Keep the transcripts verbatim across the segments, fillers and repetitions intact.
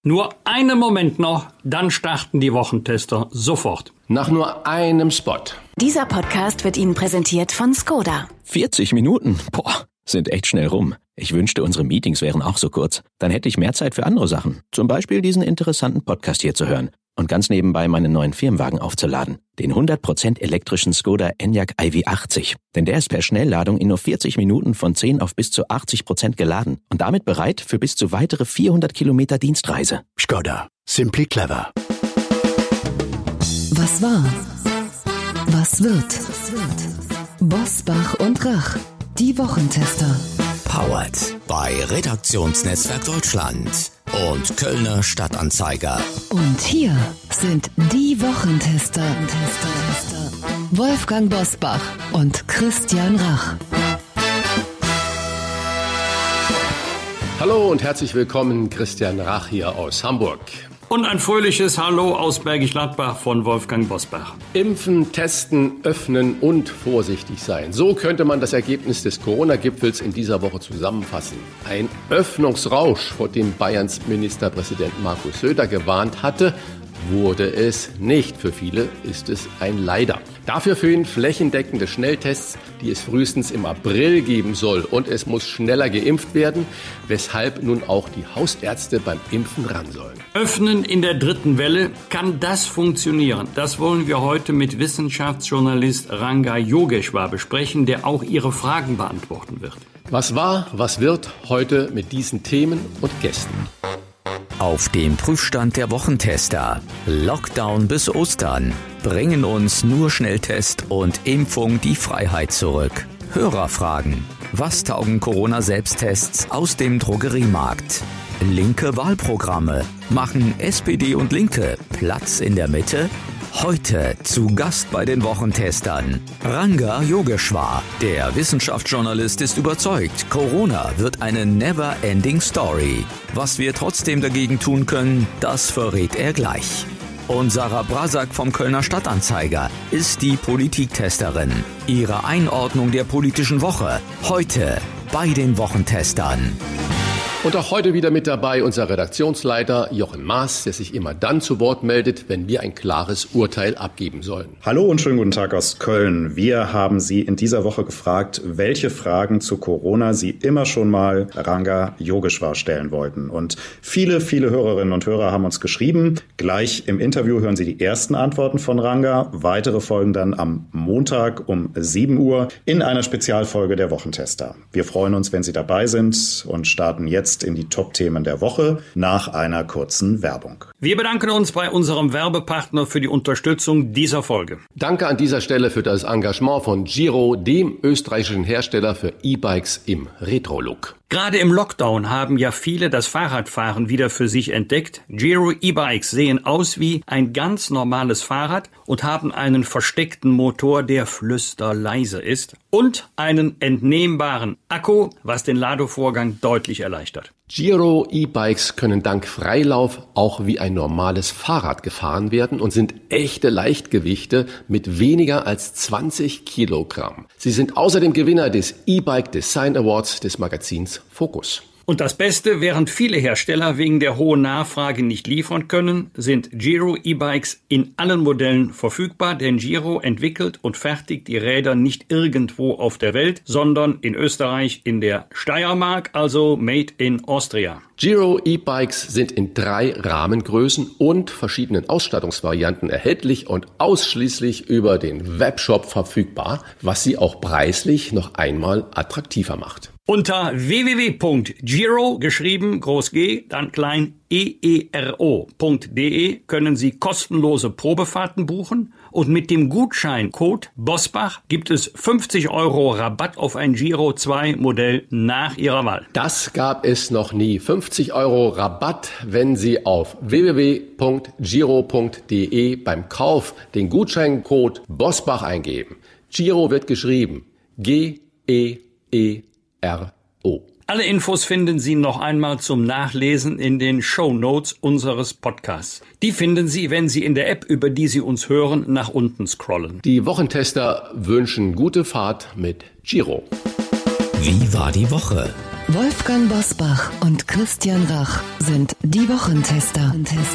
Nur einen Moment noch, dann starten die Wochentester sofort. Nach nur einem Spot. Dieser Podcast wird Ihnen präsentiert von Skoda. vierzig Minuten? Boah, sind echt schnell rum. Ich wünschte, unsere Meetings wären auch so kurz. Dann hätte ich mehr Zeit für andere Sachen. Zum Beispiel diesen interessanten Podcast hier zu hören. Und ganz nebenbei meinen neuen Firmenwagen aufzuladen. Den hundert Prozent elektrischen Skoda Enyaq i V achtzig. Denn der ist per Schnellladung in nur vierzig Minuten von zehn auf bis zu achtzig Prozent geladen. Und damit bereit für bis zu weitere vierhundert Kilometer Dienstreise. Skoda. Simply clever. Was war? Was wird? Bosbach und Rach. Die Wochentester. Powered bei Redaktionsnetzwerk Deutschland und Kölner Stadtanzeiger. Und hier sind die Wochentester. Wolfgang Bosbach und Christian Rach. Hallo und herzlich willkommen, Christian Rach hier aus Hamburg. Und ein fröhliches Hallo aus Bergisch Gladbach von Wolfgang Bosbach. Impfen, testen, öffnen und vorsichtig sein. So könnte man das Ergebnis des Corona-Gipfels in dieser Woche zusammenfassen. Ein Öffnungsrausch, vor dem Bayerns Ministerpräsident Markus Söder gewarnt hatte, wurde es nicht. Für viele ist es ein Leider. Dafür fehlen flächendeckende Schnelltests, die es frühestens im April geben soll. Und es muss schneller geimpft werden, weshalb nun auch die Hausärzte beim Impfen ran sollen. Öffnen in der dritten Welle, kann das funktionieren? Das wollen wir heute mit Wissenschaftsjournalist Ranga Yogeshwar besprechen, der auch Ihre Fragen beantworten wird. Was war, was wird heute mit diesen Themen und Gästen? Auf dem Prüfstand der Wochentester. Lockdown bis Ostern. Bringen uns nur Schnelltest und Impfung die Freiheit zurück. Hörerfragen. Was taugen Corona-Selbsttests aus dem Drogeriemarkt? Linke Wahlprogramme. Machen S P D und Linke Platz in der Mitte? Heute zu Gast bei den Wochentestern Ranga Yogeshwar. Der Wissenschaftsjournalist ist überzeugt, Corona wird eine never-ending Story. Was wir trotzdem dagegen tun können, das verrät er gleich. Und Sarah Brasak vom Kölner Stadtanzeiger ist die Politiktesterin. Ihre Einordnung der politischen Woche heute bei den Wochentestern. Und auch heute wieder mit dabei unser Redaktionsleiter Jochen Maas, der sich immer dann zu Wort meldet, wenn wir ein klares Urteil abgeben sollen. Hallo und schönen guten Tag aus Köln. Wir haben Sie in dieser Woche gefragt, welche Fragen zu Corona Sie immer schon mal Ranga Yogeshwar stellen wollten. Und viele, viele Hörerinnen und Hörer haben uns geschrieben. Gleich im Interview hören Sie die ersten Antworten von Ranga. Weitere folgen dann am Montag um sieben Uhr in einer Spezialfolge der Wochentester. Wir freuen uns, wenn Sie dabei sind und starten jetzt in die Top-Themen der Woche nach einer kurzen Werbung. Wir bedanken uns bei unserem Werbepartner für die Unterstützung dieser Folge. Danke an dieser Stelle für das Engagement von Giro, dem österreichischen Hersteller für E-Bikes im Retro-Look. Gerade im Lockdown haben ja viele das Fahrradfahren wieder für sich entdeckt. Giro E-Bikes sehen aus wie ein ganz normales Fahrrad und haben einen versteckten Motor, der flüsterleise ist, und einen entnehmbaren Akku, was den Ladevorgang deutlich erleichtert. Giro E-Bikes können dank Freilauf auch wie ein normales Fahrrad gefahren werden und sind echte Leichtgewichte mit weniger als zwanzig Kilogramm. Sie sind außerdem Gewinner des E-Bike Design Awards des Magazins Focus. Und das Beste, während viele Hersteller wegen der hohen Nachfrage nicht liefern können, sind Giro E-Bikes in allen Modellen verfügbar, denn Giro entwickelt und fertigt die Räder nicht irgendwo auf der Welt, sondern in Österreich in der Steiermark, also made in Austria. Giro E-Bikes sind in drei Rahmengrößen und verschiedenen Ausstattungsvarianten erhältlich und ausschließlich über den Webshop verfügbar, was sie auch preislich noch einmal attraktiver macht. Unter w w w punkt giro, geschrieben groß G, dann klein e e r o punkt d e können Sie kostenlose Probefahrten buchen und mit dem Gutscheincode Bosbach gibt es fünfzig Euro Rabatt auf ein Giro zwei Modell nach Ihrer Wahl. Das gab es noch nie. fünfzig Euro Rabatt, wenn Sie auf w w w punkt giro punkt d e beim Kauf den Gutscheincode Bosbach eingeben. Giro wird geschrieben G E E R O. Alle Infos finden Sie noch einmal zum Nachlesen in den Shownotes unseres Podcasts. Die finden Sie, wenn Sie in der App, über die Sie uns hören, nach unten scrollen. Die Wochentester wünschen gute Fahrt mit Giro. Wie war die Woche? Wolfgang Bosbach und Christian Rach sind die Wochentester.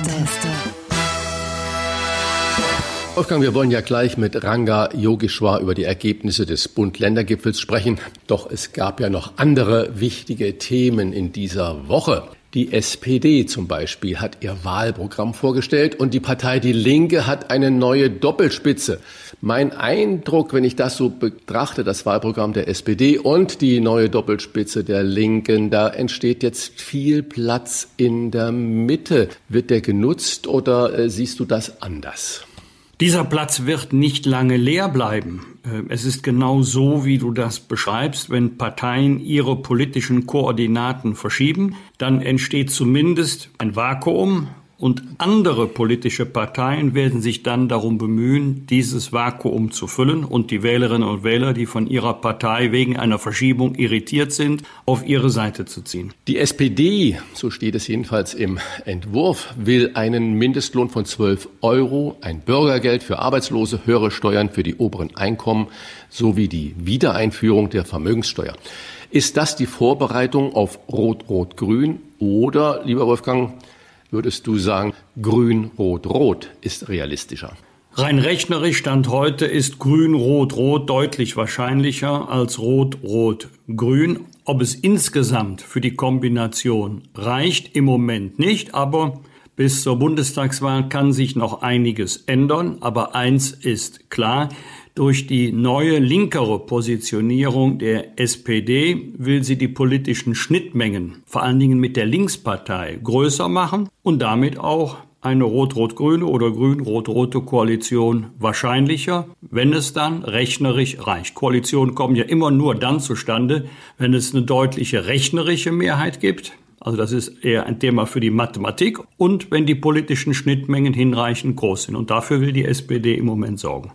Wolfgang, wir wollen ja gleich mit Ranga Yogeshwar über die Ergebnisse des Bund-Länder-Gipfels sprechen. Doch es gab ja noch andere wichtige Themen in dieser Woche. Die S P D zum Beispiel hat ihr Wahlprogramm vorgestellt und die Partei Die Linke hat eine neue Doppelspitze. Mein Eindruck, wenn ich das so betrachte, das Wahlprogramm der S P D und die neue Doppelspitze der Linken, da entsteht jetzt viel Platz in der Mitte. Wird der genutzt oder äh, siehst du das anders? Dieser Platz wird nicht lange leer bleiben. Es ist genau so, wie du das beschreibst. Wenn Parteien ihre politischen Koordinaten verschieben, dann entsteht zumindest ein Vakuum. Und andere politische Parteien werden sich dann darum bemühen, dieses Vakuum zu füllen und die Wählerinnen und Wähler, die von ihrer Partei wegen einer Verschiebung irritiert sind, auf ihre Seite zu ziehen. Die S P D, so steht es jedenfalls im Entwurf, will einen Mindestlohn von zwölf Euro, ein Bürgergeld für Arbeitslose, höhere Steuern für die oberen Einkommen sowie die Wiedereinführung der Vermögenssteuer. Ist das die Vorbereitung auf Rot-Rot-Grün oder, lieber Wolfgang, würdest du sagen, Grün-Rot-Rot ist realistischer? Rein rechnerisch Stand heute ist Grün-Rot-Rot deutlich wahrscheinlicher als Rot-Rot-Grün. Ob es insgesamt für die Kombination reicht, im Moment nicht, aber bis zur Bundestagswahl kann sich noch einiges ändern. Aber eins ist klar: Durch die neue linkere Positionierung der S P D will sie die politischen Schnittmengen, vor allen Dingen mit der Linkspartei, größer machen und damit auch eine rot-rot-grüne oder grün-rot-rote Koalition wahrscheinlicher, wenn es dann rechnerisch reicht. Koalitionen kommen ja immer nur dann zustande, wenn es eine deutliche rechnerische Mehrheit gibt. Also das ist eher ein Thema für die Mathematik und wenn die politischen Schnittmengen hinreichend groß sind. Und dafür will die S P D im Moment sorgen.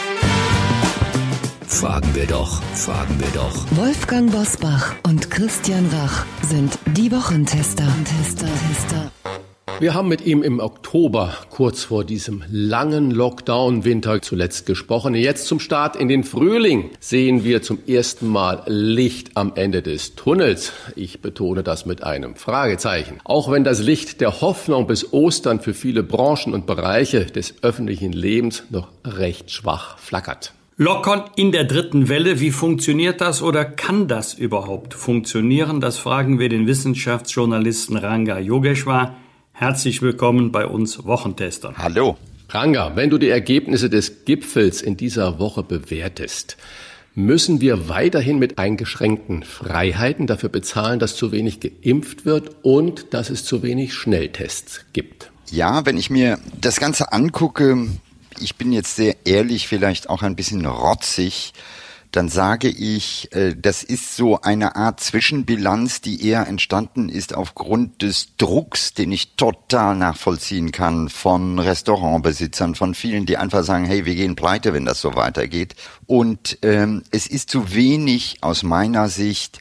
Fragen wir doch, fragen wir doch. Wolfgang Bosbach und Christian Rach sind die Wochentester. Tester, Tester. Wir haben mit ihm im Oktober, kurz vor diesem langen Lockdown-Winter, zuletzt gesprochen. Jetzt zum Start in den Frühling sehen wir zum ersten Mal Licht am Ende des Tunnels. Ich betone das mit einem Fragezeichen. Auch wenn das Licht der Hoffnung bis Ostern für viele Branchen und Bereiche des öffentlichen Lebens noch recht schwach flackert. Lockern in der dritten Welle, wie funktioniert das oder kann das überhaupt funktionieren? Das fragen wir den Wissenschaftsjournalisten Ranga Yogeshwar. Herzlich willkommen bei uns Wochentestern. Hallo. Ranga, wenn du die Ergebnisse des Gipfels in dieser Woche bewertest, müssen wir weiterhin mit eingeschränkten Freiheiten dafür bezahlen, dass zu wenig geimpft wird und dass es zu wenig Schnelltests gibt? Ja, wenn ich mir das Ganze angucke, ich bin jetzt sehr ehrlich, vielleicht auch ein bisschen rotzig, dann sage ich, das ist so eine Art Zwischenbilanz, die eher entstanden ist aufgrund des Drucks, den ich total nachvollziehen kann von Restaurantbesitzern, von vielen, die einfach sagen, hey, wir gehen pleite, wenn das so weitergeht. Und ähm, es ist zu wenig aus meiner Sicht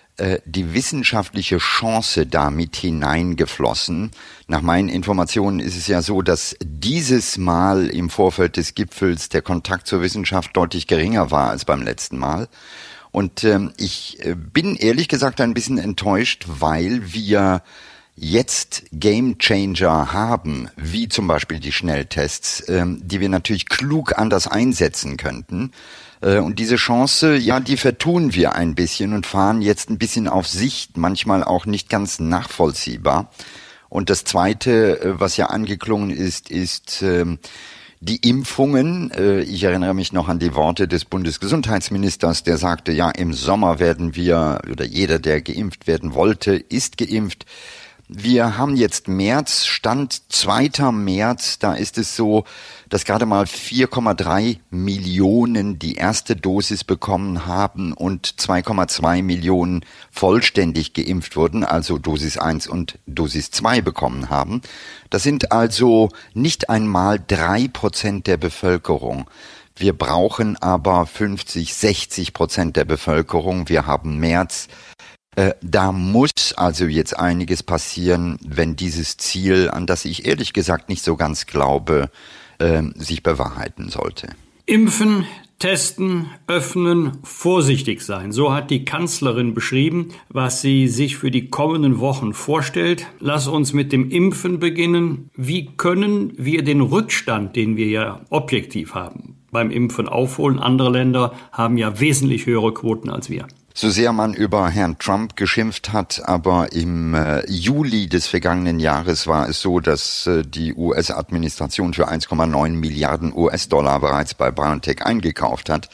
die wissenschaftliche Chance damit hineingeflossen. Nach meinen Informationen ist es ja so, dass dieses Mal im Vorfeld des Gipfels der Kontakt zur Wissenschaft deutlich geringer war als beim letzten Mal. Und ähm, ich bin ehrlich gesagt ein bisschen enttäuscht, weil wir jetzt Gamechanger haben, wie zum Beispiel die Schnelltests, ähm, die wir natürlich klug anders einsetzen könnten. Und diese Chance, ja, die vertun wir ein bisschen und fahren jetzt ein bisschen auf Sicht, manchmal auch nicht ganz nachvollziehbar. Und das Zweite, was ja angeklungen ist, ist ähm, die Impfungen. Äh, ich erinnere mich noch an die Worte des Bundesgesundheitsministers, der sagte, ja, im Sommer werden wir, oder jeder, der geimpft werden wollte, ist geimpft. Wir haben jetzt März, Stand zweiten März, da ist es so, dass gerade mal vier Komma drei Millionen die erste Dosis bekommen haben und zwei Komma zwei Millionen vollständig geimpft wurden, also Dosis eins und Dosis zwei bekommen haben. Das sind also nicht einmal drei Prozent der Bevölkerung. Wir brauchen aber fünfzig, sechzig Prozent der Bevölkerung. Wir haben März. Äh, da muss also jetzt einiges passieren, wenn dieses Ziel, an das ich ehrlich gesagt nicht so ganz glaube, äh, sich bewahrheiten sollte. Impfen, Testen, öffnen, vorsichtig sein. So hat die Kanzlerin beschrieben, was sie sich für die kommenden Wochen vorstellt. Lass uns mit dem Impfen beginnen. Wie können wir den Rückstand, den wir ja objektiv haben, beim Impfen aufholen? Andere Länder haben ja wesentlich höhere Quoten als wir. So sehr man über Herrn Trump geschimpft hat, aber im äh, Juli des vergangenen Jahres war es so, dass äh, die U S-Administration für eins Komma neun Milliarden U S-Dollar bereits bei BioNTech eingekauft hat.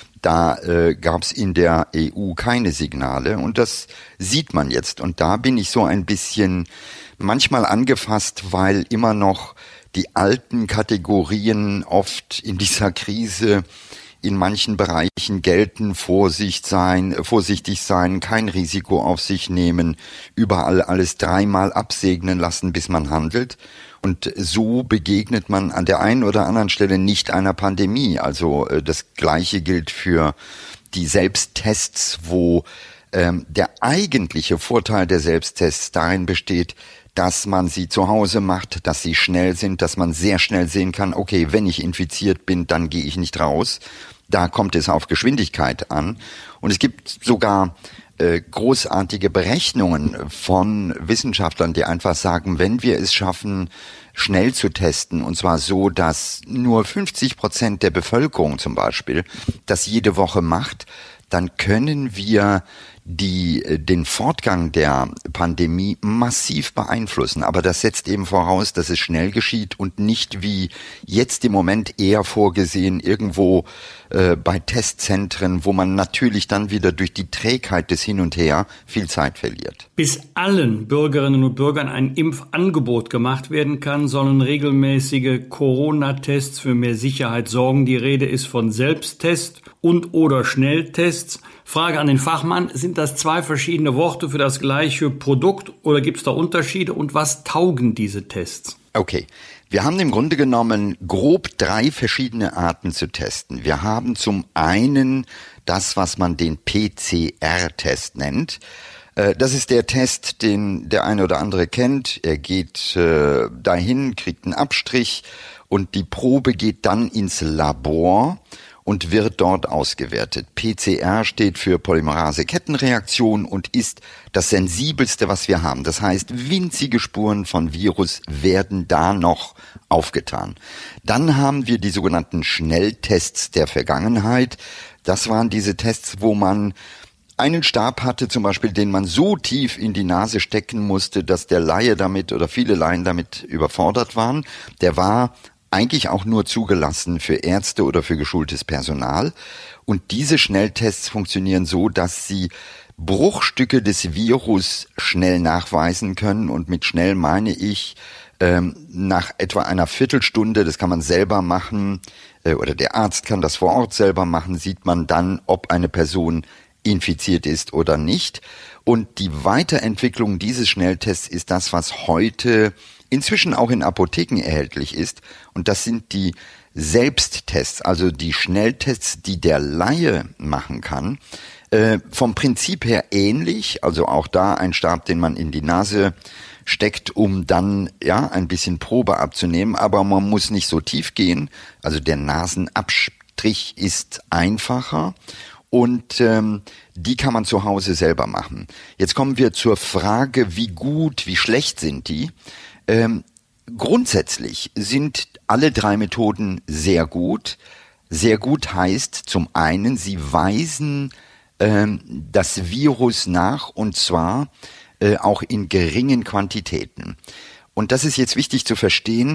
Da äh, gab es in der E U keine Signale und das sieht man jetzt. Und da bin ich so ein bisschen manchmal angefasst, weil immer noch die alten Kategorien oft in dieser Krise in manchen Bereichen gelten: Vorsicht sein, vorsichtig sein, kein Risiko auf sich nehmen, überall alles dreimal absegnen lassen, bis man handelt. Und so begegnet man an der einen oder anderen Stelle nicht einer Pandemie. Also das Gleiche gilt für die Selbsttests, wo ähm, der eigentliche Vorteil der Selbsttests darin besteht, dass man sie zu Hause macht, dass sie schnell sind, dass man sehr schnell sehen kann, okay, wenn ich infiziert bin, dann gehe ich nicht raus. Da kommt es auf Geschwindigkeit an. Und es gibt sogar äh, großartige Berechnungen von Wissenschaftlern, die einfach sagen, wenn wir es schaffen, schnell zu testen, und zwar so, dass nur fünfzig Prozent der Bevölkerung zum Beispiel das jede Woche macht, dann können wir die den Fortgang der Pandemie massiv beeinflussen. Aber das setzt eben voraus, dass es schnell geschieht und nicht wie jetzt im Moment eher vorgesehen irgendwo äh, bei Testzentren, wo man natürlich dann wieder durch die Trägheit des Hin und Her viel Zeit verliert. Bis allen Bürgerinnen und Bürgern ein Impfangebot gemacht werden kann, sollen regelmäßige Corona-Tests für mehr Sicherheit sorgen. Die Rede ist von Selbsttest und oder Schnelltests. Frage an den Fachmann: Sind das zwei verschiedene Worte für das gleiche Produkt oder gibt es da Unterschiede, und was taugen diese Tests? Okay, wir haben im Grunde genommen grob drei verschiedene Arten zu testen. Wir haben zum einen das, was man den P C R-Test nennt. Das ist der Test, den der eine oder andere kennt. Er geht äh, dahin, kriegt einen Abstrich und die Probe geht dann ins Labor und wird dort ausgewertet. P C R steht für Polymerase-Kettenreaktion und ist das Sensibelste, was wir haben. Das heißt, winzige Spuren von Virus werden da noch aufgetan. Dann haben wir die sogenannten Schnelltests der Vergangenheit. Das waren diese Tests, wo man einen Stab hatte, zum Beispiel, den man so tief in die Nase stecken musste, dass der Laie damit oder viele Laien damit überfordert waren. Der war eigentlich auch nur zugelassen für Ärzte oder für geschultes Personal. Und diese Schnelltests funktionieren so, dass sie Bruchstücke des Virus schnell nachweisen können. Und mit schnell meine ich, ähm, nach etwa einer Viertelstunde, das kann man selber machen, äh, oder der Arzt kann das vor Ort selber machen, sieht man dann, ob eine Person infiziert ist oder nicht. Und die Weiterentwicklung dieses Schnelltests ist das, was heute inzwischen auch in Apotheken erhältlich ist. Und das sind die Selbsttests, also die Schnelltests, die der Laie machen kann. Äh, vom Prinzip her ähnlich, also auch da ein Stab, den man in die Nase steckt, um dann ja ein bisschen Probe abzunehmen. Aber man muss nicht so tief gehen. Also der Nasenabstrich ist einfacher. Und ähm, die kann man zu Hause selber machen. Jetzt kommen wir zur Frage, wie gut, wie schlecht sind die? Ähm, grundsätzlich sind alle drei Methoden sehr gut. Sehr gut heißt zum einen, sie weisen ähm, das Virus nach, und zwar äh, auch in geringen Quantitäten. Und das ist jetzt wichtig zu verstehen.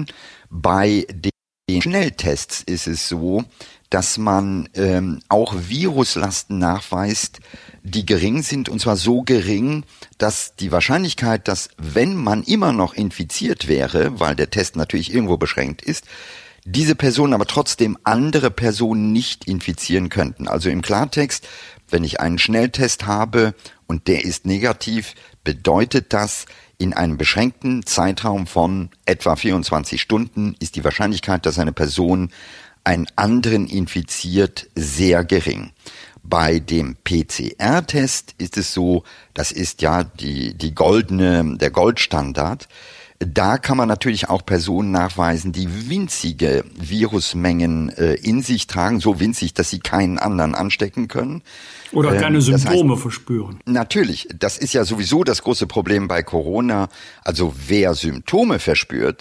Bei den Schnelltests ist es so, dass man ähm, auch Viruslasten nachweist, die gering sind, und zwar so gering, dass die Wahrscheinlichkeit, dass, wenn man immer noch infiziert wäre, weil der Test natürlich irgendwo beschränkt ist, diese Personen aber trotzdem andere Personen nicht infizieren könnten. Also im Klartext, wenn ich einen Schnelltest habe und der ist negativ, bedeutet das, in einem beschränkten Zeitraum von etwa vierundzwanzig Stunden ist die Wahrscheinlichkeit, dass eine Person einen anderen infiziert, sehr gering. Bei dem P C R-Test ist es so, das ist ja die, die goldene, der Goldstandard. Da kann man natürlich auch Personen nachweisen, die winzige Virusmengen äh, in sich tragen, so winzig, dass sie keinen anderen anstecken können. Oder keine ähm, Symptome das heißt, verspüren. Natürlich, das ist ja sowieso das große Problem bei Corona. Also wer Symptome verspürt,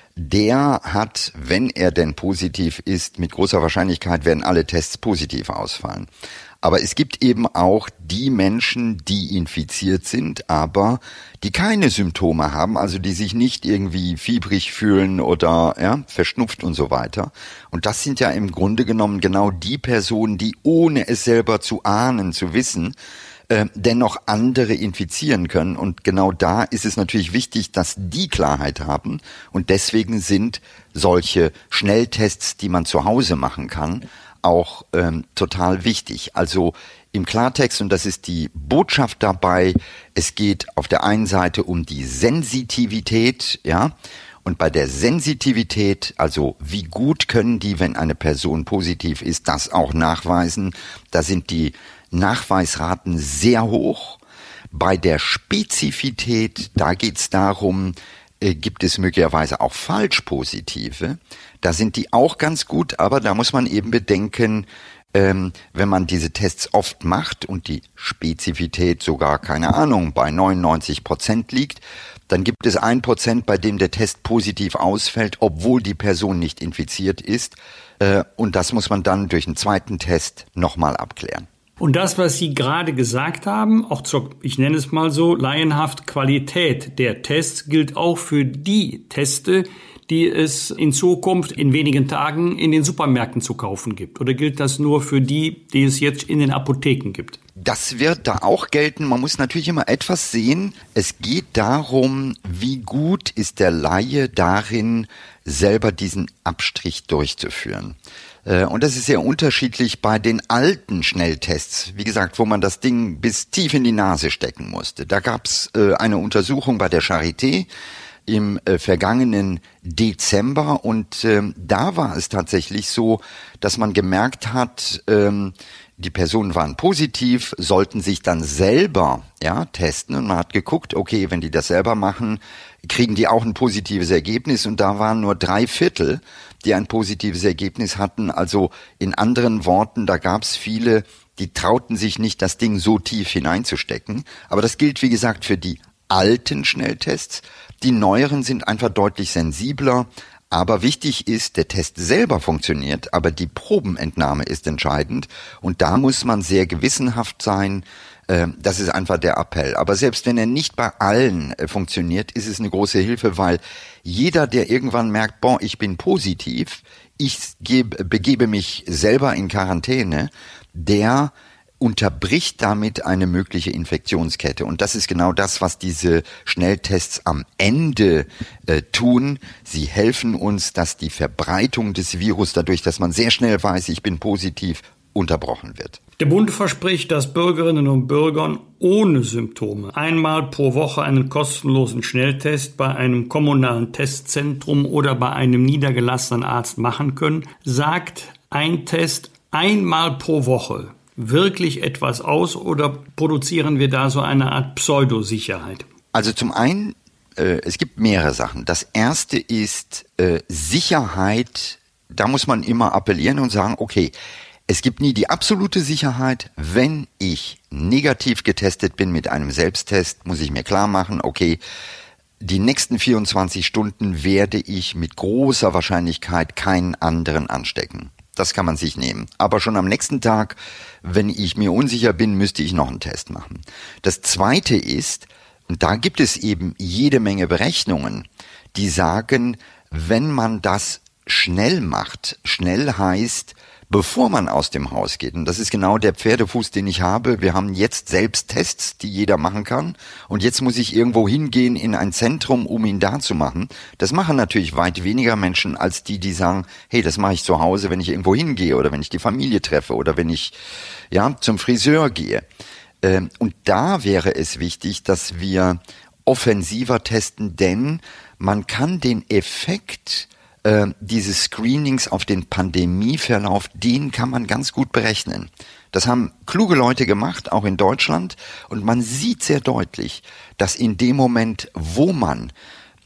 der hat, wenn er denn positiv ist, mit großer Wahrscheinlichkeit werden alle Tests positiv ausfallen. Aber es gibt eben auch die Menschen, die infiziert sind, aber die keine Symptome haben, also die sich nicht irgendwie fiebrig fühlen oder ja, verschnupft und so weiter. Und das sind ja im Grunde genommen genau die Personen, die ohne es selber zu ahnen, zu wissen, äh, dennoch andere infizieren können. Und genau da ist es natürlich wichtig, dass die Klarheit haben. Und deswegen sind solche Schnelltests, die man zu Hause machen kann, auch ähm, total wichtig. Also im Klartext, und das ist die Botschaft dabei, es geht auf der einen Seite um die Sensitivität, ja, und bei der Sensitivität, also wie gut können die, wenn eine Person positiv ist, das auch nachweisen, da sind die Nachweisraten sehr hoch. Bei der Spezifität, da geht es darum, äh, gibt es möglicherweise auch Falschpositive. Da sind die auch ganz gut, aber da muss man eben bedenken, ähm, wenn man diese Tests oft macht und die Spezifität sogar, keine Ahnung, bei neunundneunzig Prozent liegt, dann gibt es ein Prozent, bei dem der Test positiv ausfällt, obwohl die Person nicht infiziert ist. Äh, und das muss man dann durch einen zweiten Test nochmal abklären. Und das, was Sie gerade gesagt haben, auch zur, ich nenne es mal so, laienhaft Qualität der Tests, gilt auch für die Teste, die es in Zukunft in wenigen Tagen in den Supermärkten zu kaufen gibt? Oder gilt das nur für die, die es jetzt in den Apotheken gibt? Das wird da auch gelten. Man muss natürlich immer etwas sehen. Es geht darum, wie gut ist der Laie darin, selber diesen Abstrich durchzuführen. Und das ist sehr unterschiedlich bei den alten Schnelltests, wie gesagt, wo man das Ding bis tief in die Nase stecken musste. Da gab's eine Untersuchung bei der Charité im äh, vergangenen Dezember und ähm, da war es tatsächlich so, dass man gemerkt hat, ähm, die Personen waren positiv, sollten sich dann selber ja testen und man hat geguckt, okay, wenn die das selber machen, kriegen die auch ein positives Ergebnis und da waren nur drei Viertel, die ein positives Ergebnis hatten. Also in anderen Worten, da gab es viele, die trauten sich nicht, das Ding so tief hineinzustecken. Aber das gilt, wie gesagt, für die alten Schnelltests. Die neueren sind einfach deutlich sensibler, aber wichtig ist, der Test selber funktioniert, aber die Probenentnahme ist entscheidend und da muss man sehr gewissenhaft sein. Das ist einfach der Appell. Aber selbst wenn er nicht bei allen funktioniert, ist es eine große Hilfe, weil jeder, der irgendwann merkt, boah, ich bin positiv, ich gebe, begebe mich selber in Quarantäne, der unterbricht damit eine mögliche Infektionskette. Und das ist genau das, was diese Schnelltests am Ende äh, tun. Sie helfen uns, dass die Verbreitung des Virus, dadurch, dass man sehr schnell weiß, ich bin positiv, unterbrochen wird. Der Bund verspricht, dass Bürgerinnen und Bürgern ohne Symptome einmal pro Woche einen kostenlosen Schnelltest bei einem kommunalen Testzentrum oder bei einem niedergelassenen Arzt machen können. Sagt ein Test einmal pro Woche wirklich etwas aus oder produzieren wir da so eine Art Pseudosicherheit? Also zum einen, äh, es gibt mehrere Sachen. Das erste ist äh, Sicherheit. Da muss man immer appellieren und sagen, okay, es gibt nie die absolute Sicherheit. Wenn ich negativ getestet bin mit einem Selbsttest, muss ich mir klar machen, okay, die nächsten vierundzwanzig Stunden werde ich mit großer Wahrscheinlichkeit keinen anderen anstecken. Das kann man sich nehmen. Aber schon am nächsten Tag, wenn ich mir unsicher bin, müsste ich noch einen Test machen. Das Zweite ist, und da gibt es eben jede Menge Berechnungen, die sagen, wenn man das schnell macht, schnell heißt, bevor man aus dem Haus geht. Und das ist genau der Pferdefuß, den ich habe. Wir haben jetzt selbst Tests, die jeder machen kann. Und jetzt muss ich irgendwo hingehen in ein Zentrum, um ihn da zu machen. Das machen natürlich weit weniger Menschen als die, die sagen, hey, das mache ich zu Hause, wenn ich irgendwo hingehe oder wenn ich die Familie treffe oder wenn ich ja zum Friseur gehe. Und da wäre es wichtig, dass wir offensiver testen, denn man kann den Effekt dieses Screenings auf den Pandemieverlauf, den kann man ganz gut berechnen. Das haben kluge Leute gemacht, auch in Deutschland. Und man sieht sehr deutlich, dass in dem Moment, wo man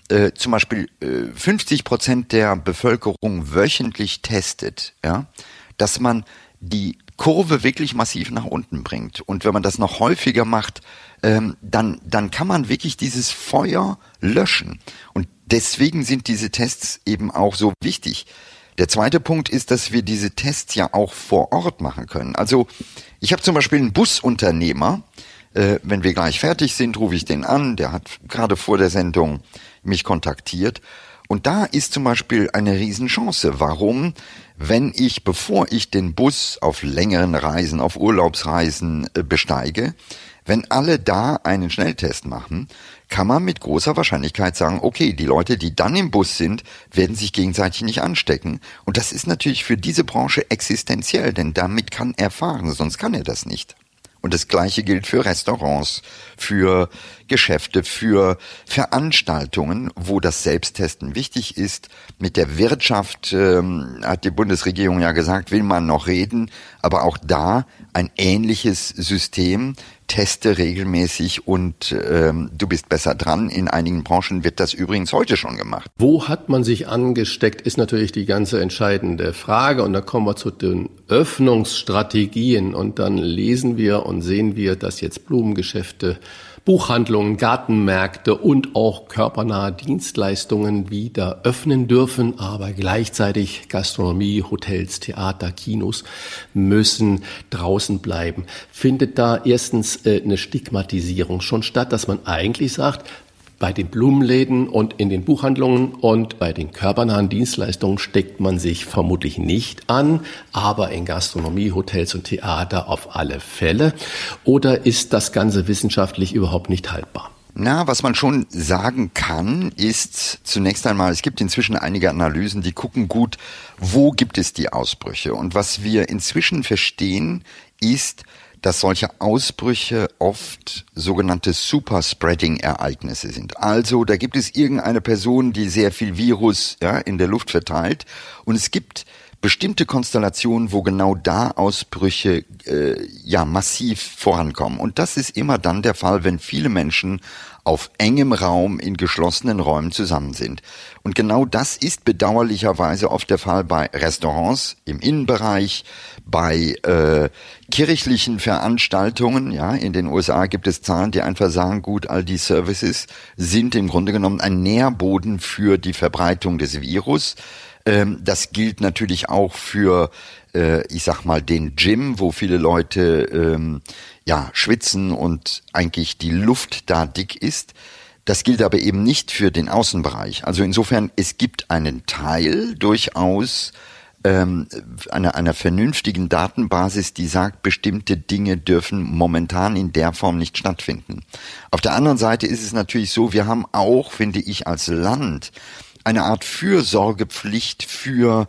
äh, zum Beispiel äh, fünfzig Prozent der Bevölkerung wöchentlich testet, ja, dass man die Kurve wirklich massiv nach unten bringt. Und wenn man das noch häufiger macht, ähm, dann, dann kann man wirklich dieses Feuer löschen. Und deswegen sind diese Tests eben auch so wichtig. Der zweite Punkt ist, dass wir diese Tests ja auch vor Ort machen können. Also ich habe zum Beispiel einen Busunternehmer, äh, wenn wir gleich fertig sind, rufe ich den an, der hat gerade vor der Sendung mich kontaktiert. Und da ist zum Beispiel eine Riesenchance. Warum? Wenn ich, bevor ich den Bus auf längeren Reisen, auf Urlaubsreisen äh, besteige, wenn alle da einen Schnelltest machen, kann man mit großer Wahrscheinlichkeit sagen, okay, die Leute, die dann im Bus sind, werden sich gegenseitig nicht anstecken. Und das ist natürlich für diese Branche existenziell, denn damit kann er fahren, sonst kann er das nicht. Und das Gleiche gilt für Restaurants, für Geschäfte, für Veranstaltungen, wo das Selbsttesten wichtig ist. Mit der Wirtschaft ähm, hat die Bundesregierung ja gesagt, will man noch reden, aber auch da ein ähnliches System. Teste regelmäßig und ähm, du bist besser dran. In einigen Branchen wird das übrigens heute schon gemacht. Wo hat man sich angesteckt, ist natürlich die ganze entscheidende Frage. Und da kommen wir zu den Öffnungsstrategien. Und dann lesen wir und sehen wir, dass jetzt Blumengeschäfte, Buchhandlungen, Gartenmärkte und auch körpernahe Dienstleistungen wieder öffnen dürfen, aber gleichzeitig Gastronomie, Hotels, Theater, Kinos müssen draußen bleiben. Findet da erstens äh, eine Stigmatisierung schon statt, dass man eigentlich sagt, bei den Blumenläden und in den Buchhandlungen und bei den körpernahen Dienstleistungen steckt man sich vermutlich nicht an, aber in Gastronomie, Hotels und Theater auf alle Fälle. Oder ist das Ganze wissenschaftlich überhaupt nicht haltbar? Na, was man schon sagen kann, ist zunächst einmal, es gibt inzwischen einige Analysen, die gucken gut, wo gibt es die Ausbrüche. Und was wir inzwischen verstehen, ist, dass solche Ausbrüche oft sogenannte Superspreading-Ereignisse sind. Also da gibt es irgendeine Person, die sehr viel Virus ja, in der Luft verteilt, und es gibt bestimmte Konstellationen, wo genau da Ausbrüche äh, ja massiv vorankommen. Und das ist immer dann der Fall, wenn viele Menschen auf engem Raum in geschlossenen Räumen zusammen sind. Und genau das ist bedauerlicherweise oft der Fall bei Restaurants im Innenbereich, bei äh, kirchlichen Veranstaltungen. Ja, in den U S A gibt es Zahlen, die einfach sagen, gut, all die Services sind im Grunde genommen ein Nährboden für die Verbreitung des Virus. Ähm, das gilt natürlich auch für, äh, ich sag mal, den Gym, wo viele Leute ähm, ja schwitzen und eigentlich die Luft da dick ist. Das gilt aber eben nicht für den Außenbereich. Also insofern, es gibt einen Teil durchaus ähm, einer, einer vernünftigen Datenbasis, die sagt, bestimmte Dinge dürfen momentan in der Form nicht stattfinden. Auf der anderen Seite ist es natürlich so, wir haben auch, finde ich, als Land eine Art Fürsorgepflicht für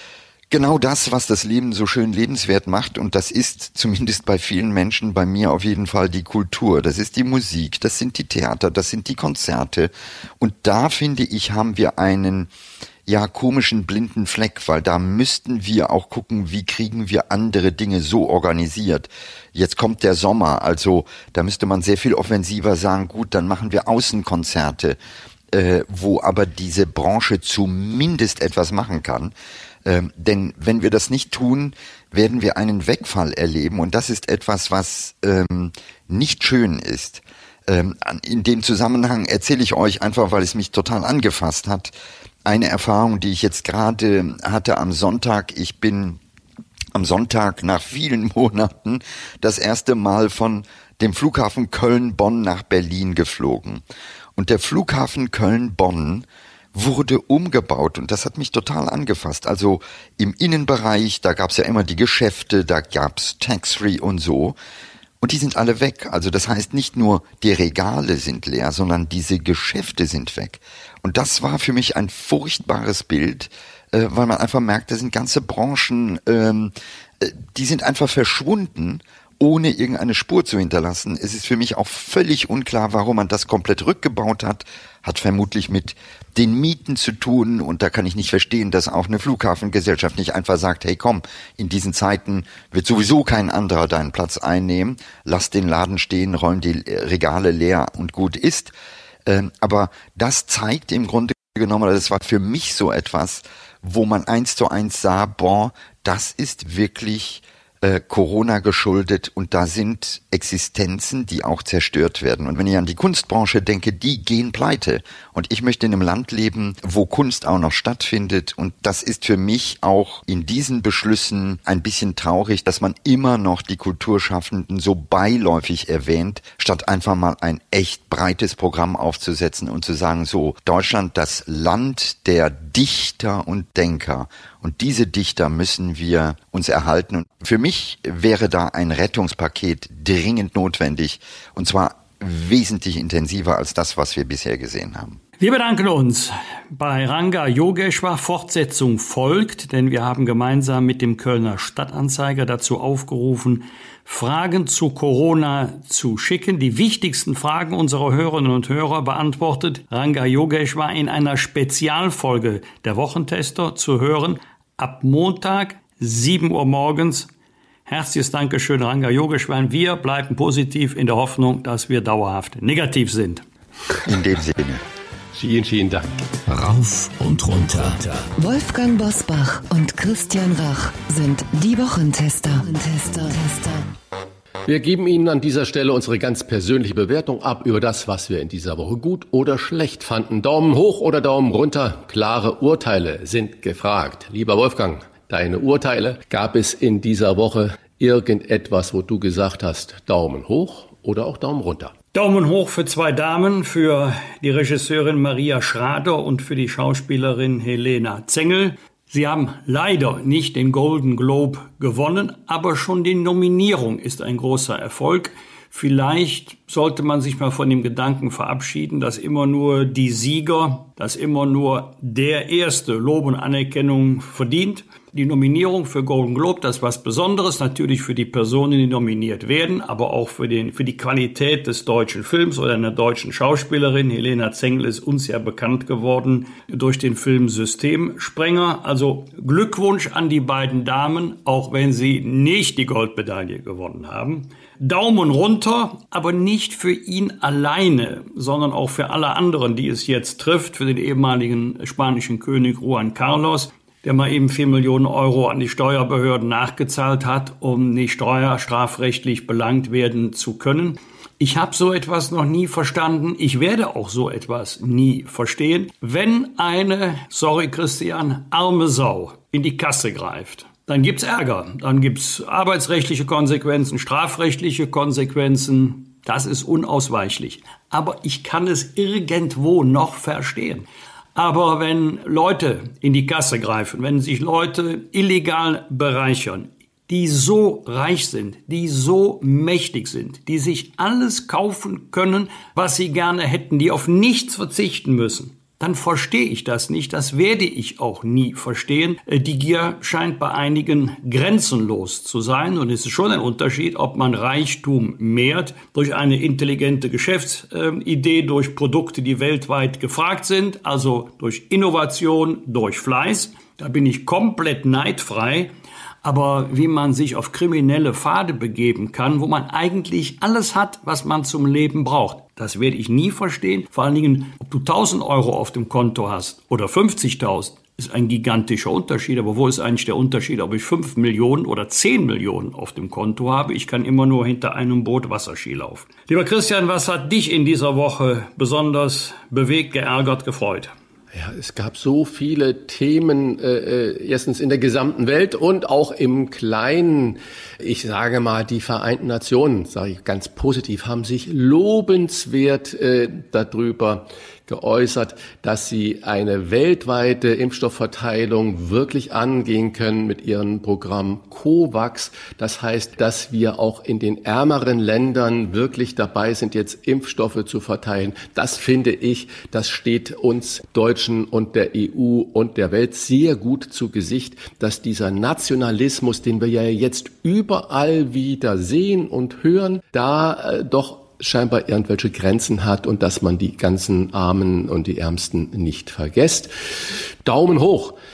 genau das, was das Leben so schön lebenswert macht, und das ist zumindest bei vielen Menschen, bei mir auf jeden Fall die Kultur, das ist die Musik, das sind die Theater, das sind die Konzerte, und da finde ich, haben wir einen ja komischen blinden Fleck, weil da müssten wir auch gucken, wie kriegen wir andere Dinge so organisiert. Jetzt kommt der Sommer, also da müsste man sehr viel offensiver sagen, gut, dann machen wir Außenkonzerte, äh, wo aber diese Branche zumindest etwas machen kann. Ähm, denn wenn wir das nicht tun, werden wir einen Wegfall erleben, und das ist etwas, was ähm, nicht schön ist. Ähm, in dem Zusammenhang erzähle ich euch einfach, weil es mich total angefasst hat, eine Erfahrung, die ich jetzt gerade hatte am Sonntag. Ich bin am Sonntag nach vielen Monaten das erste Mal von dem Flughafen Köln-Bonn nach Berlin geflogen. Und der Flughafen Köln-Bonn wurde umgebaut, und das hat mich total angefasst. Also im Innenbereich, da gab's ja immer die Geschäfte, da gab's Tax-Free und so. Und die sind alle weg. Also das heißt, nicht nur die Regale sind leer, sondern diese Geschäfte sind weg. Und das war für mich ein furchtbares Bild, äh, weil man einfach merkt, da sind ganze Branchen, ähm, äh, die sind einfach verschwunden, ohne irgendeine Spur zu hinterlassen. Es ist für mich auch völlig unklar, warum man das komplett rückgebaut hat. Hat vermutlich mit den Mieten zu tun, und da kann ich nicht verstehen, dass auch eine Flughafengesellschaft nicht einfach sagt, hey komm, in diesen Zeiten wird sowieso kein anderer deinen Platz einnehmen, lass den Laden stehen, räum die Regale leer und gut ist. Ähm, aber das zeigt im Grunde genommen, das war für mich so etwas, wo man eins zu eins sah, boah, das ist wirklich äh, Corona geschuldet und da sind Existenzen, die auch zerstört werden. Und wenn ich an die Kunstbranche denke, die gehen pleite. Und ich möchte in einem Land leben, wo Kunst auch noch stattfindet. Und das ist für mich auch in diesen Beschlüssen ein bisschen traurig, dass man immer noch die Kulturschaffenden so beiläufig erwähnt, statt einfach mal ein echt breites Programm aufzusetzen und zu sagen, so, Deutschland, das Land der Dichter und Denker. Und diese Dichter müssen wir uns erhalten. Und für mich wäre da ein Rettungspaket dringend notwendig. Und zwar wesentlich intensiver als das, was wir bisher gesehen haben. Wir bedanken uns bei Ranga Yogeshwar. Fortsetzung folgt, denn wir haben gemeinsam mit dem Kölner Stadtanzeiger dazu aufgerufen, Fragen zu Corona zu schicken. Die wichtigsten Fragen unserer Hörerinnen und Hörer beantwortet Ranga Yogeshwar in einer Spezialfolge der Wochentester zu hören. Ab Montag, sieben Uhr morgens. Herzliches Dankeschön, Ranga Yogeshwar. Wir bleiben positiv in der Hoffnung, dass wir dauerhaft negativ sind. In dem Sinne. Vielen, vielen Dank. Rauf und runter. Wolfgang Bosbach und Christian Rach sind die Wochentester. Tester, Tester. Wir geben Ihnen an dieser Stelle unsere ganz persönliche Bewertung ab über das, was wir in dieser Woche gut oder schlecht fanden. Daumen hoch oder Daumen runter. Klare Urteile sind gefragt. Lieber Wolfgang, deine Urteile. Gab es in dieser Woche irgendetwas, wo du gesagt hast, Daumen hoch oder auch Daumen runter? Daumen hoch für zwei Damen, für die Regisseurin Maria Schrader und für die Schauspielerin Helena Zengel. Sie haben leider nicht den Golden Globe gewonnen, aber schon die Nominierung ist ein großer Erfolg. Vielleicht sollte man sich mal von dem Gedanken verabschieden, dass immer nur die Sieger, dass immer nur der Erste Lob und Anerkennung verdient. Die Nominierung für Golden Globe, das ist was Besonderes, natürlich für die Personen, die nominiert werden, aber auch für, den, für die Qualität des deutschen Films oder einer deutschen Schauspielerin. Helena Zengel ist uns ja bekannt geworden durch den Film Systemsprenger. Also Glückwunsch an die beiden Damen, auch wenn sie nicht die Goldmedaille gewonnen haben. Daumen runter, aber nicht für ihn alleine, sondern auch für alle anderen, die es jetzt trifft, für den ehemaligen spanischen König Juan Carlos, der mal eben vier Millionen Euro an die Steuerbehörden nachgezahlt hat, um nicht steuerstrafrechtlich belangt werden zu können. Ich habe so etwas noch nie verstanden. Ich werde auch so etwas nie verstehen. Wenn eine, sorry Christian, arme Sau in die Kasse greift, dann gibt's Ärger. Dann gibt's arbeitsrechtliche Konsequenzen, strafrechtliche Konsequenzen. Das ist unausweichlich. Aber ich kann es irgendwo noch verstehen. Aber wenn Leute in die Kasse greifen, wenn sich Leute illegal bereichern, die so reich sind, die so mächtig sind, die sich alles kaufen können, was sie gerne hätten, die auf nichts verzichten müssen, dann verstehe ich das nicht. Das werde ich auch nie verstehen. Die Gier scheint bei einigen grenzenlos zu sein. Und es ist schon ein Unterschied, ob man Reichtum mehrt durch eine intelligente Geschäftsidee, durch Produkte, die weltweit gefragt sind, also durch Innovation, durch Fleiß. Da bin ich komplett neidfrei. Aber wie man sich auf kriminelle Pfade begeben kann, wo man eigentlich alles hat, was man zum Leben braucht, das werde ich nie verstehen. Vor allen Dingen, ob du tausend Euro auf dem Konto hast oder fünfzigtausend, ist ein gigantischer Unterschied. Aber wo ist eigentlich der Unterschied, ob ich fünf Millionen oder zehn Millionen auf dem Konto habe? Ich kann immer nur hinter einem Boot Wasserski laufen. Lieber Christian, was hat dich in dieser Woche besonders bewegt, geärgert, gefreut? Ja, es gab so viele Themen, äh, erstens in der gesamten Welt und auch im Kleinen. Ich sage mal, die Vereinten Nationen, sage ich ganz positiv, haben sich lobenswert äh, darüber geäußert, dass sie eine weltweite Impfstoffverteilung wirklich angehen können mit ihrem Programm COVAX. Das heißt, dass wir auch in den ärmeren Ländern wirklich dabei sind, jetzt Impfstoffe zu verteilen. Das finde ich, das steht uns Deutschen und der E U und der Welt sehr gut zu Gesicht, dass dieser Nationalismus, den wir ja jetzt überall wieder sehen und hören, da äh, doch scheinbar irgendwelche Grenzen hat und dass man die ganzen Armen und die Ärmsten nicht vergisst. Daumen hoch.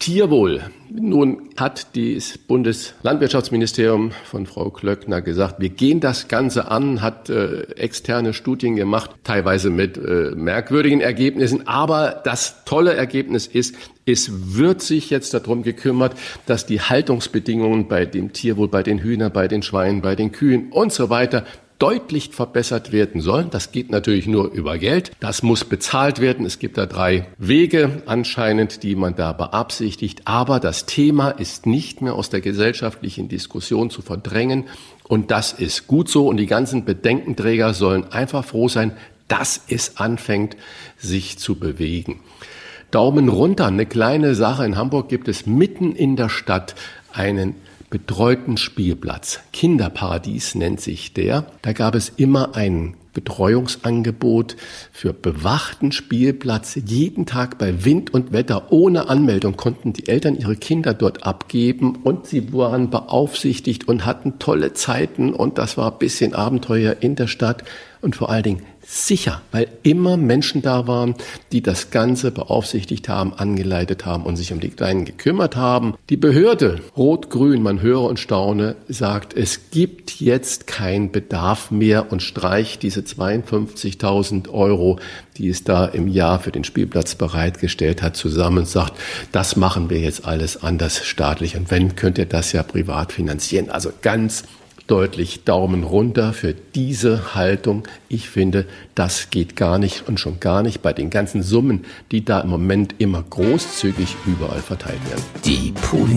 Tierwohl. Nun hat das Bundeslandwirtschaftsministerium von Frau Klöckner gesagt, wir gehen das Ganze an, hat äh, externe Studien gemacht, teilweise mit äh, merkwürdigen Ergebnissen. Aber das tolle Ergebnis ist, es wird sich jetzt darum gekümmert, dass die Haltungsbedingungen bei dem Tierwohl, bei den Hühnern, bei den Schweinen, bei den Kühen und so weiter deutlich verbessert werden sollen. Das geht natürlich nur über Geld. Das muss bezahlt werden. Es gibt da drei Wege anscheinend, die man da beabsichtigt. Aber das Thema ist nicht mehr aus der gesellschaftlichen Diskussion zu verdrängen. Und das ist gut so. Und die ganzen Bedenkenträger sollen einfach froh sein, dass es anfängt, sich zu bewegen. Daumen runter. Eine kleine Sache. In Hamburg gibt es mitten in der Stadt einen betreuten Spielplatz. Kinderparadies nennt sich der. Da gab es immer ein Betreuungsangebot für bewachten Spielplatz. Jeden Tag bei Wind und Wetter ohne Anmeldung konnten die Eltern ihre Kinder dort abgeben und sie waren beaufsichtigt und hatten tolle Zeiten und das war ein bisschen Abenteuer in der Stadt und vor allen Dingen sicher, weil immer Menschen da waren, die das Ganze beaufsichtigt haben, angeleitet haben und sich um die Kleinen gekümmert haben. Die Behörde, Rot-Grün, man höre und staune, sagt, es gibt jetzt keinen Bedarf mehr und streicht diese zweiundfünfzigtausend Euro, die es da im Jahr für den Spielplatz bereitgestellt hat, zusammen und sagt, das machen wir jetzt alles anders staatlich und wenn, könnt ihr das ja privat finanzieren. Also ganz deutlich Daumen runter für diese Haltung. Ich finde, das geht gar nicht und schon gar nicht bei den ganzen Summen, die da im Moment immer großzügig überall verteilt werden. Die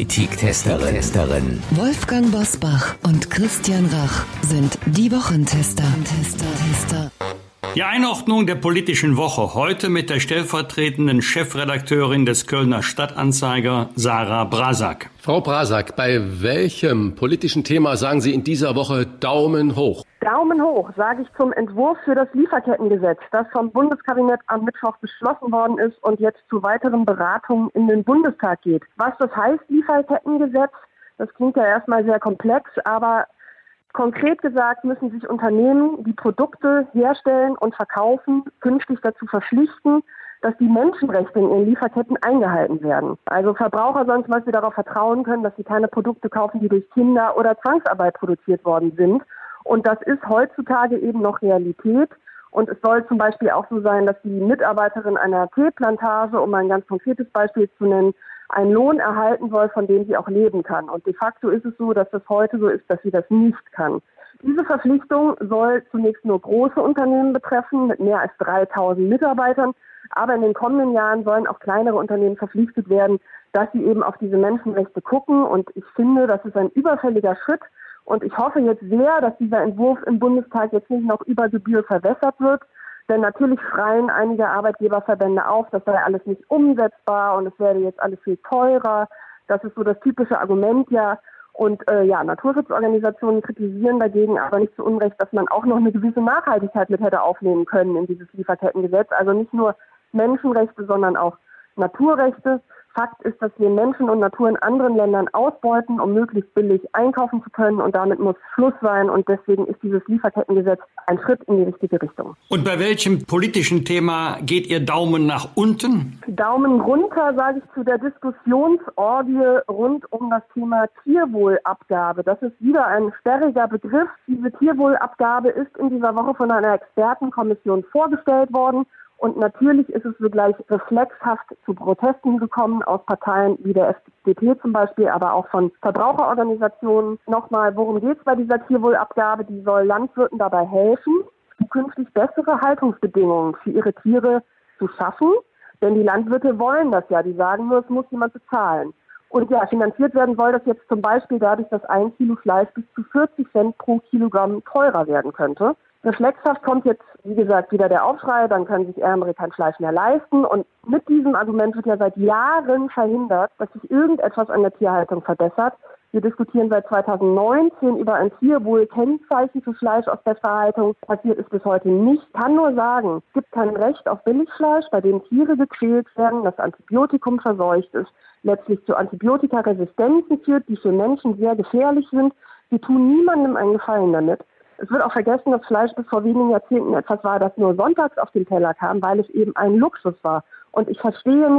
Politiktesterin. Wolfgang Bosbach und Christian Rach sind die Wochentester. Tester, Tester. Die Einordnung der politischen Woche heute mit der stellvertretenden Chefredakteurin des Kölner Stadtanzeiger, Sarah Brasak. Frau Brasak, bei welchem politischen Thema sagen Sie in dieser Woche Daumen hoch? Daumen hoch, sage ich zum Entwurf für das Lieferkettengesetz, das vom Bundeskabinett am Mittwoch beschlossen worden ist und jetzt zu weiteren Beratungen in den Bundestag geht. Was das heißt, Lieferkettengesetz, das klingt ja erstmal sehr komplex, aber konkret gesagt müssen sich Unternehmen, die Produkte herstellen und verkaufen, künftig dazu verpflichten, dass die Menschenrechte in ihren Lieferketten eingehalten werden. Also Verbraucher sollen zum Beispiel darauf vertrauen können, dass sie keine Produkte kaufen, die durch Kinder oder Zwangsarbeit produziert worden sind. Und das ist heutzutage eben noch Realität. Und es soll zum Beispiel auch so sein, dass die Mitarbeiterin einer Teeplantage, um ein ganz konkretes Beispiel zu nennen, einen Lohn erhalten soll, von dem sie auch leben kann. Und de facto ist es so, dass das heute so ist, dass sie das nicht kann. Diese Verpflichtung soll zunächst nur große Unternehmen betreffen, mit mehr als dreitausend Mitarbeitern. Aber in den kommenden Jahren sollen auch kleinere Unternehmen verpflichtet werden, dass sie eben auf diese Menschenrechte gucken. Und ich finde, das ist ein überfälliger Schritt. Und ich hoffe jetzt sehr, dass dieser Entwurf im Bundestag jetzt nicht noch über Gebühr verwässert wird. Denn natürlich schreien einige Arbeitgeberverbände auf, das sei alles nicht umsetzbar und es werde jetzt alles viel teurer. Das ist so das typische Argument ja. Und äh, ja, Naturschutzorganisationen kritisieren dagegen aber nicht zu Unrecht, dass man auch noch eine gewisse Nachhaltigkeit mit hätte aufnehmen können in dieses Lieferkettengesetz. Also nicht nur Menschenrechte, sondern auch Naturrechte. Fakt ist, dass wir Menschen und Natur in anderen Ländern ausbeuten, um möglichst billig einkaufen zu können. Und damit muss Schluss sein. Und deswegen ist dieses Lieferkettengesetz ein Schritt in die richtige Richtung. Und bei welchem politischen Thema geht Ihr Daumen nach unten? Daumen runter, sage ich, zu der Diskussionsorgie rund um das Thema Tierwohlabgabe. Das ist wieder ein sperriger Begriff. Diese Tierwohlabgabe ist in dieser Woche von einer Expertenkommission vorgestellt worden. Und natürlich ist es sogleich reflexhaft zu Protesten gekommen aus Parteien wie der F D P zum Beispiel, aber auch von Verbraucherorganisationen. Nochmal, worum geht es bei dieser Tierwohlabgabe? Die soll Landwirten dabei helfen, künftig bessere Haltungsbedingungen für ihre Tiere zu schaffen. Denn die Landwirte wollen das ja. Die sagen nur, es muss jemand bezahlen. Und ja, finanziert werden soll das jetzt zum Beispiel dadurch, dass ein Kilo Fleisch bis zu vierzig Cent pro Kilogramm teurer werden könnte. Reflexhaft kommt jetzt, wie gesagt, wieder der Aufschrei, dann können sich Ärmere kein Fleisch mehr leisten. Und mit diesem Argument wird ja seit Jahren verhindert, dass sich irgendetwas an der Tierhaltung verbessert. Wir diskutieren seit zweitausendneunzehn über ein Tierwohlkennzeichen für Fleisch aus der Verhaltung. Passiert ist bis heute nicht. Ich kann nur sagen, es gibt kein Recht auf Billigfleisch, bei dem Tiere gequält werden, das Antibiotikum verseucht ist, letztlich zu Antibiotikaresistenzen führt, die für Menschen sehr gefährlich sind. Wir tun niemandem einen Gefallen damit. Es wird auch vergessen, dass Fleisch bis vor wenigen Jahrzehnten etwas war, das nur sonntags auf den Teller kam, weil es eben ein Luxus war. Und ich verstehe nicht,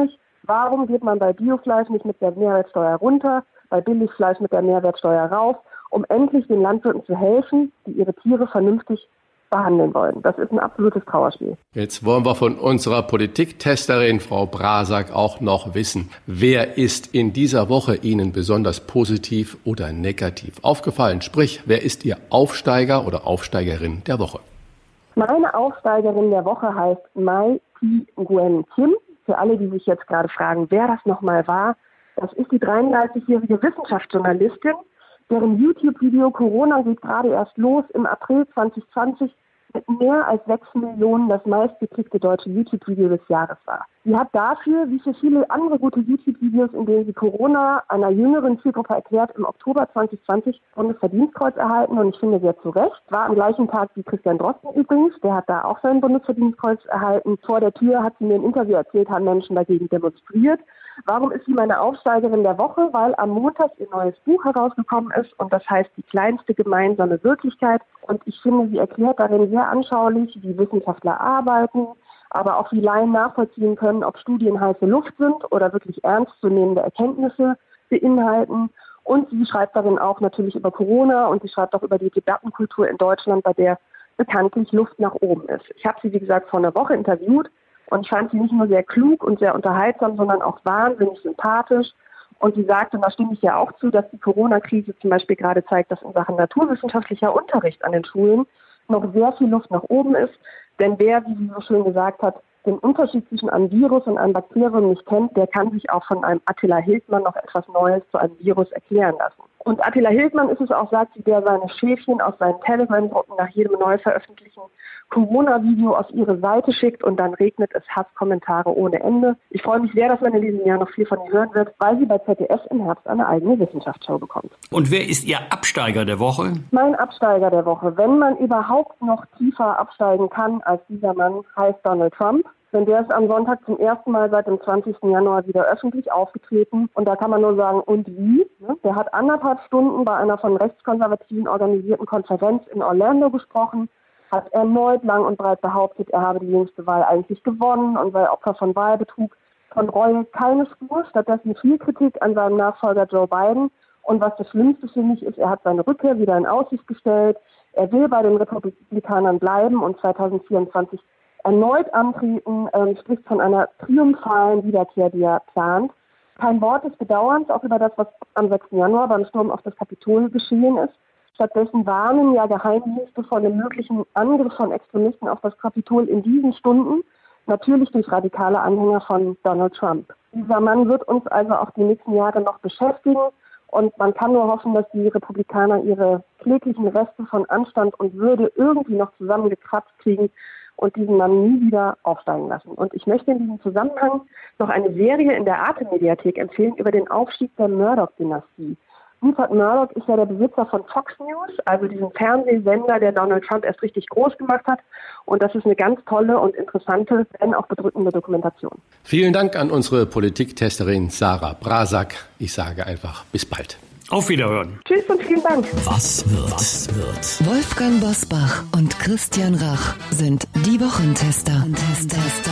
Warum geht man bei Biofleisch nicht mit der Mehrwertsteuer runter, bei Billigfleisch mit der Mehrwertsteuer rauf, um endlich den Landwirten zu helfen, die ihre Tiere vernünftig behandeln wollen. Das ist ein absolutes Trauerspiel. Jetzt wollen wir von unserer Politiktesterin Frau Brasak auch noch wissen, wer ist in dieser Woche Ihnen besonders positiv oder negativ aufgefallen? Sprich, wer ist Ihr Aufsteiger oder Aufsteigerin der Woche? Meine Aufsteigerin der Woche heißt Mai Thi-Nguyen Kim. Für alle, die sich jetzt gerade fragen, wer das nochmal war, das ist die dreiunddreißigjährige Wissenschaftsjournalistin, deren YouTube-Video Corona geht gerade erst los im April zwanzig zwanzig mit mehr als sechs Millionen das meistgeklickte deutsche YouTube-Video des Jahres war. Sie hat dafür, wie für viele andere gute YouTube-Videos, in denen sie Corona einer jüngeren Zielgruppe erklärt, im Oktober zwanzig zwanzig Bundesverdienstkreuz erhalten und ich finde sehr zu Recht. War am gleichen Tag wie Christian Drosten übrigens, der hat da auch sein Bundesverdienstkreuz erhalten. Vor der Tür hat sie mir im Interview erzählt, haben Menschen dagegen demonstriert. Warum ist sie meine Aufsteigerin der Woche? Weil am Montag ihr neues Buch herausgekommen ist und das heißt Die kleinste gemeinsame Wirklichkeit. Und ich finde, sie erklärt darin sehr anschaulich, wie Wissenschaftler arbeiten, aber auch wie Laien nachvollziehen können, ob Studien heiße Luft sind oder wirklich ernstzunehmende Erkenntnisse beinhalten. Und sie schreibt darin auch natürlich über Corona und sie schreibt auch über die Debattenkultur in Deutschland, bei der bekanntlich Luft nach oben ist. Ich habe sie, wie gesagt, vor einer Woche interviewt. Und ich fand sie nicht nur sehr klug und sehr unterhaltsam, sondern auch wahnsinnig sympathisch. Und sie sagte, und da stimme ich ja auch zu, dass die Corona-Krise zum Beispiel gerade zeigt, dass in Sachen naturwissenschaftlicher Unterricht an den Schulen noch sehr viel Luft nach oben ist. Denn wer, wie sie so schön gesagt hat, den Unterschied zwischen einem Virus und einem Bakterium nicht kennt, der kann sich auch von einem Attila Hildmann noch etwas Neues zu einem Virus erklären lassen. Und Attila Hildmann ist es auch, sagt sie, der seine Schäfchen aus seinen Telegram-Gruppen nach jedem neu veröffentlichten Corona-Video auf ihre Seite schickt und dann regnet es Hasskommentare ohne Ende. Ich freue mich sehr, dass man in diesem Jahr noch viel von ihr hören wird, weil sie bei Z D F im Herbst eine eigene Wissenschaftsshow bekommt. Und wer ist Ihr Absteiger der Woche? Mein Absteiger der Woche, wenn man überhaupt noch tiefer absteigen kann als dieser Mann, heißt Donald Trump. Denn der ist am Sonntag zum ersten Mal seit dem zwanzigsten Januar wieder öffentlich aufgetreten. Und da kann man nur sagen, und wie? Der hat anderthalb Stunden bei einer von Rechtskonservativen organisierten Konferenz in Orlando gesprochen, hat erneut lang und breit behauptet, er habe die jüngste Wahl eigentlich gewonnen und sei Opfer von Wahlbetrug. Von Reue keine Spur, stattdessen viel Kritik an seinem Nachfolger Joe Biden. Und was das Schlimmste für mich ist, er hat seine Rückkehr wieder in Aussicht gestellt. Er will bei den Republikanern bleiben und zweitausendvierundzwanzig erneut antreten, ähm, spricht von einer triumphalen Wiederkehr, die er plant. Kein Wort des Bedauerns, auch über das, was am sechsten Januar beim Sturm auf das Kapitol geschehen ist. Stattdessen warnen ja Geheimdienste vor einem möglichen Angriff von Extremisten auf das Kapitol in diesen Stunden, natürlich durch radikale Anhänger von Donald Trump. Dieser Mann wird uns also auch die nächsten Jahre noch beschäftigen und man kann nur hoffen, dass die Republikaner ihre kläglichen Reste von Anstand und Würde irgendwie noch zusammengekratzt kriegen und diesen Mann nie wieder aufsteigen lassen. Und ich möchte in diesem Zusammenhang noch eine Serie in der Arte-Mediathek empfehlen über den Aufstieg der Murdoch-Dynastie. Rupert Murdoch ist ja der Besitzer von Fox News, also diesem Fernsehsender, der Donald Trump erst richtig groß gemacht hat. Und das ist eine ganz tolle und interessante, wenn auch bedrückende Dokumentation. Vielen Dank an unsere Politiktesterin Sarah Brasak. Ich sage einfach bis bald. Auf Wiederhören. Tschüss und vielen Dank. Was wird? Was wird? Wolfgang Bosbach und Christian Rach sind die Wochentester. Tester.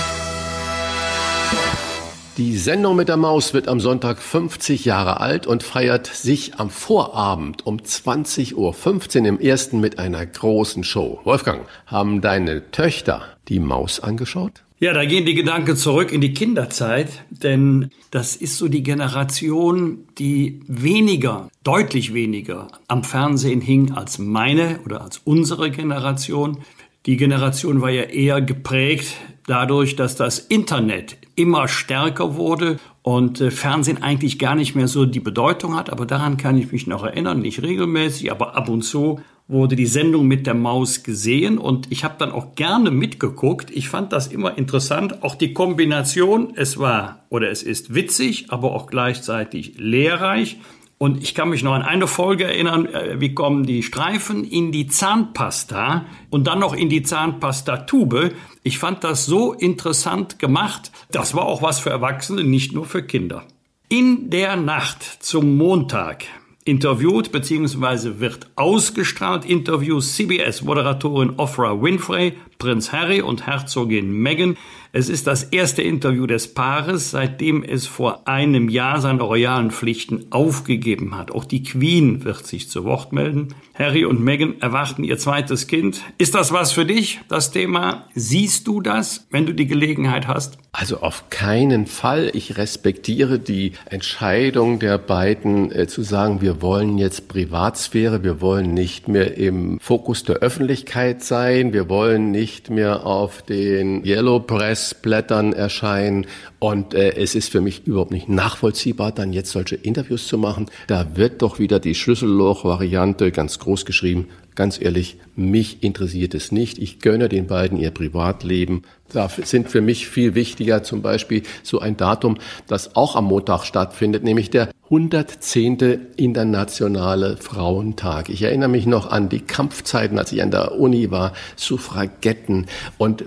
Die Sendung mit der Maus wird am Sonntag fünfzig Jahre alt und feiert sich am Vorabend um zwanzig Uhr fünfzehn im Ersten mit einer großen Show. Wolfgang, haben deine Töchter die Maus angeschaut? Ja, da gehen die Gedanken zurück in die Kinderzeit, denn das ist so die Generation, die weniger, deutlich weniger am Fernsehen hing als meine oder als unsere Generation. Die Generation war ja eher geprägt dadurch, dass das Internet immer stärker wurde und äh, Fernsehen eigentlich gar nicht mehr so die Bedeutung hat. Aber daran kann ich mich noch erinnern, nicht regelmäßig, aber ab und zu wurde die Sendung mit der Maus gesehen und ich habe dann auch gerne mitgeguckt. Ich fand das immer interessant, auch die Kombination. Es war oder es ist witzig, aber auch gleichzeitig lehrreich. Und ich kann mich noch an eine Folge erinnern, wie kommen die Streifen in die Zahnpasta und dann noch in die Zahnpastatube. Ich fand das so interessant gemacht. Das war auch was für Erwachsene, nicht nur für Kinder. In der Nacht zum Montag interviewt bzw. wird ausgestrahlt Interview C B S-Moderatorin Oprah Winfrey, Prinz Harry und Herzogin Meghan. Es ist das erste Interview des Paares, seitdem es vor einem Jahr seine royalen Pflichten aufgegeben hat. Auch die Queen wird sich zu Wort melden. Harry und Meghan erwarten ihr zweites Kind. Ist das was für dich, das Thema? Siehst du das, wenn du die Gelegenheit hast? Also auf keinen Fall. Ich respektiere die Entscheidung der beiden äh, zu sagen, wir wollen jetzt Privatsphäre, wir wollen nicht mehr im Fokus der Öffentlichkeit sein, wir wollen nicht mehr auf den Yellow Press Blättern erscheinen. Und äh, es ist für mich überhaupt nicht nachvollziehbar, dann jetzt solche Interviews zu machen. Da wird doch wieder die Schlüsselloch-Variante ganz groß geschrieben. Ganz ehrlich, mich interessiert es nicht. Ich gönne den beiden ihr Privatleben. Da sind für mich viel wichtiger zum Beispiel so ein Datum, das auch am Montag stattfindet, nämlich der hundertzehnte Internationale Frauentag. Ich erinnere mich noch an die Kampfzeiten, als ich an der Uni war, Suffragetten und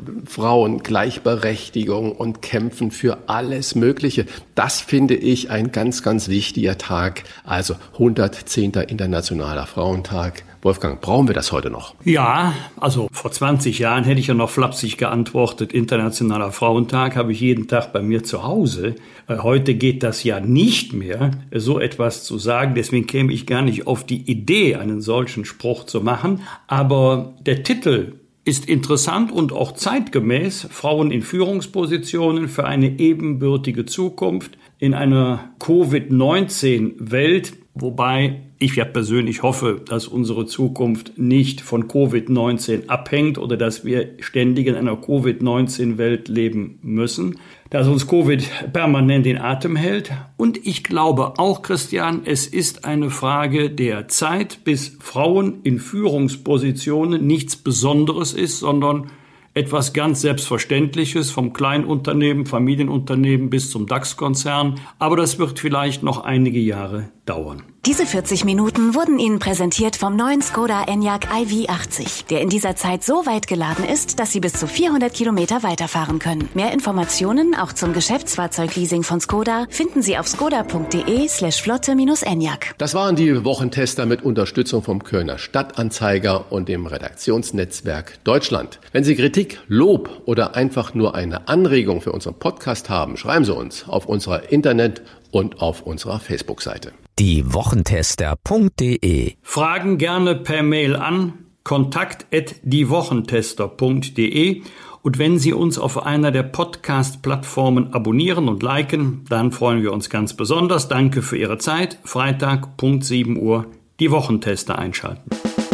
Frauengleichberechtigung und Kämpfen für alles Mögliche. Das finde ich ein ganz, ganz wichtiger Tag. Also hundertzehnter Internationaler Frauentag. Wolfgang, brauchen wir das heute noch? Ja, also vor zwanzig Jahren hätte ich ja noch flapsig geantwortet, Internationaler Frauentag habe ich jeden Tag bei mir zu Hause. Heute geht das ja nicht mehr, so etwas zu sagen. Deswegen käme ich gar nicht auf die Idee, einen solchen Spruch zu machen. Aber der Titel ist interessant und auch zeitgemäß. Frauen in Führungspositionen für eine ebenbürtige Zukunft in einer Covid neunzehn Welt. Wobei ich ja persönlich hoffe, dass unsere Zukunft nicht von Covid neunzehn abhängt oder dass wir ständig in einer Covid neunzehn Welt leben müssen, dass uns Covid permanent den Atem hält. Und ich glaube auch, Christian, es ist eine Frage der Zeit, bis Frauen in Führungspositionen nichts Besonderes ist, sondern etwas ganz Selbstverständliches, vom Kleinunternehmen, Familienunternehmen bis zum DAX-Konzern. Aber das wird vielleicht noch einige Jahre dauern. Diese vierzig Minuten wurden Ihnen präsentiert vom neuen Skoda Enyaq i V achtzig, der in dieser Zeit so weit geladen ist, dass Sie bis zu vierhundert Kilometer weiterfahren können. Mehr Informationen auch zum Geschäftsfahrzeugleasing von Skoda finden Sie auf skoda.de slash flotte minus Enyaq. Das waren die Wochentester mit Unterstützung vom Kölner Stadtanzeiger und dem Redaktionsnetzwerk Deutschland. Wenn Sie Kritik, Lob oder einfach nur eine Anregung für unseren Podcast haben, schreiben Sie uns auf unserer Internet- und auf unserer Facebook-Seite. die wochentester punkt de. Fragen gerne per Mail an kontakt at diewochentester punkt de. Und wenn Sie uns auf einer der Podcast-Plattformen abonnieren und liken, dann freuen wir uns ganz besonders. Danke für Ihre Zeit. Freitag, Punkt sieben Uhr, die Wochentester einschalten.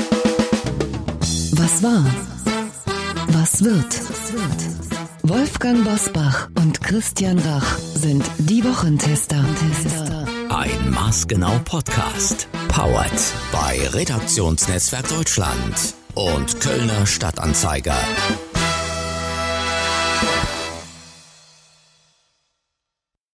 Was war? Was wird? Wolfgang Bosbach und Christian Rach sind die Wochentester. Ein Maßgenau Podcast. Powered bei Redaktionsnetzwerk Deutschland und Kölner Stadtanzeiger.